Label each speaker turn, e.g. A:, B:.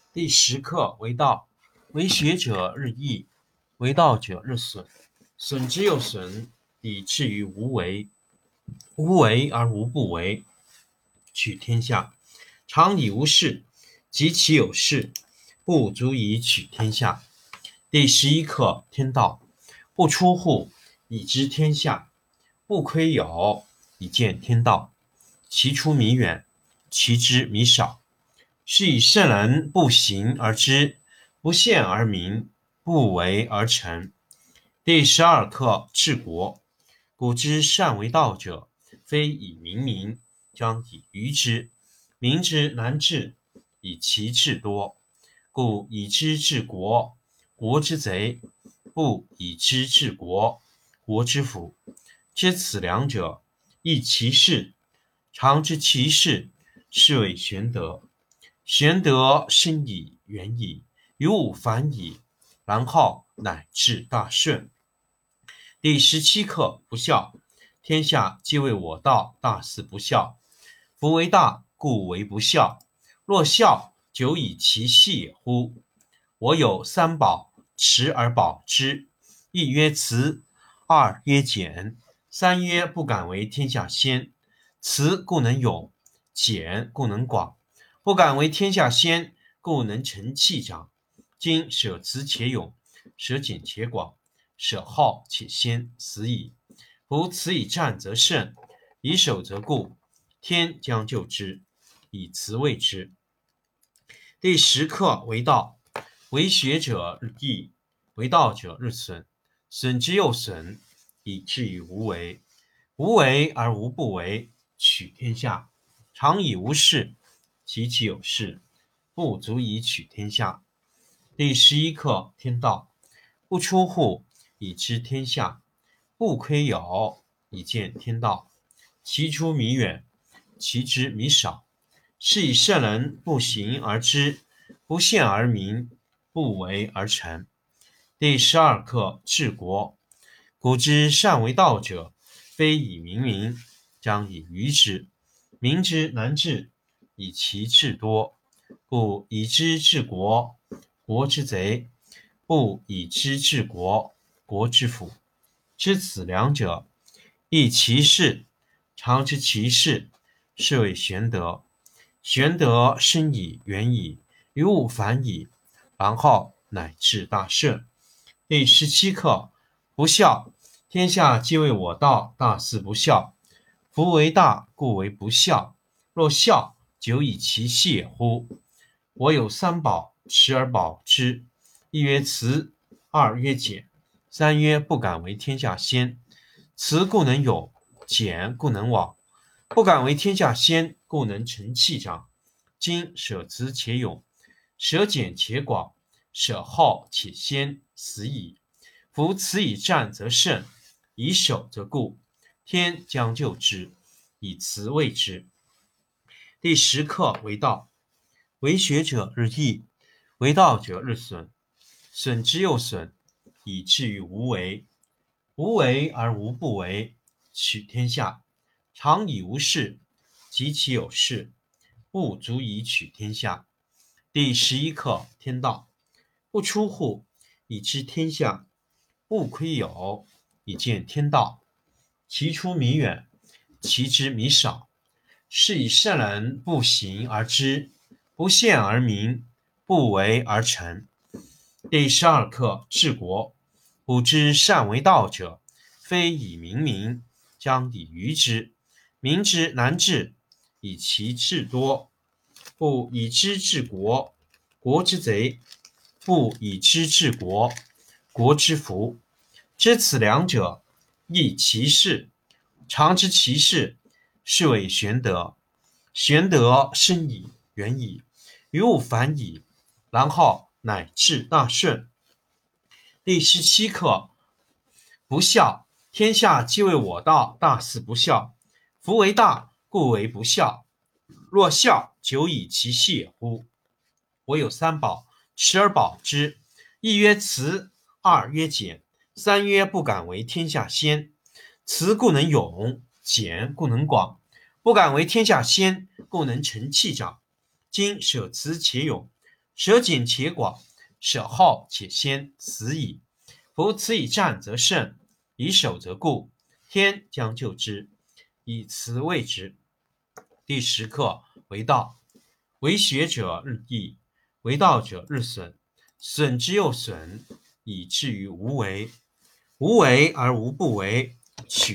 A: 第10课为道，为学者日益，为道者日损，损之又损，以至于无为。无为而无不为，取天下常以无事，及其有事，不足以取天下。第11课天道，不出户，以知天下；不窥牖，以见天道。其出弥远，其知弥少。是以圣人不行而知，不见而明，不为而成。第12课治国。古之善为道者，非以明民，将以愚之。民之难治，以其智多。故以知治国，国之贼；不以知治国，国之福。知此两者，亦其事。常知其事，是谓玄德。玄德深矣，远矣，于物反矣，然后乃至大顺。第17课不孝。天下皆为我道，大事不孝。夫为大，故为不孝。若孝，久以其细也乎？我有三宝，持而保之。一曰慈，二曰俭，三曰不敢为天下先。慈故能勇，俭故能广。不敢为天下先，故能成器长。今舍慈且勇，舍俭且广，舍好且先，死矣。夫慈以战则胜，以守则固。天将就之，以慈卫之。第10课为道，为学者日益，为道者日损，损之又损，以至于无为。无为而无不为，取天下常以无事，及其有事，不足以取天下。第11课天道，不出户，以知天下；不窥牖，以见天道。其出弥远，其知弥少。是以圣人不行而知，不见而明，不为而成。第12课治国。古之善为道者，非以明民，将以愚之。民之难治，以其智多。故以知治国，国之贼；不以知治国，国之福。知此两者，亦其事。常知其事，是谓玄德。玄德深矣，远矣，于物反矣，然后乃至大顺。第17课不孝。天下皆为我道，大事不孝。夫为大，故为不孝。若孝，久以其细也乎？我有三宝，持而保之。一曰慈，二曰俭，三曰不敢为天下先。慈故能勇，俭故能往。不敢为天下先，故能成器长。今舍慈且勇，舍俭且广，舍好且先，死矣。夫慈以战则胜，以守则固。天将就之，以慈卫之。第10课为道，为学者日益，为道者日损，损之又损，以至于无为。无为而无不为，取天下常以无事，及其有事，不足以取天下。第11课天道，不出户，以知天下；不窥牖，以见天道。其出弥远，其知弥少。是以圣人不行而知，不见而明，不为而成。第12课治国。古之善为道者，非以明民，将以愚之。民之难治，以其智多。不以知治国，国之贼；不以知治国，国之福。知此两者，亦其事。常知其事，是谓玄德。玄德深矣，远矣，于物反矣，然后乃至大顺。第17课不孝。天下皆为我道，大事不孝。夫为大，故为不孝。若孝，久以其细也乎？我有三宝，持而保之。一曰慈，二曰俭，三曰不敢为天下先。慈故能勇，俭故能广。不敢为天下先，故能成器长。今舍慈且勇， 舍谨且广，舍好且先，死矣。夫此以战则胜，以守则固，天将就之，以辞为之。第10课为道，为学者日益，为道者日损，损之又损，以至于无为。无为而无不为，取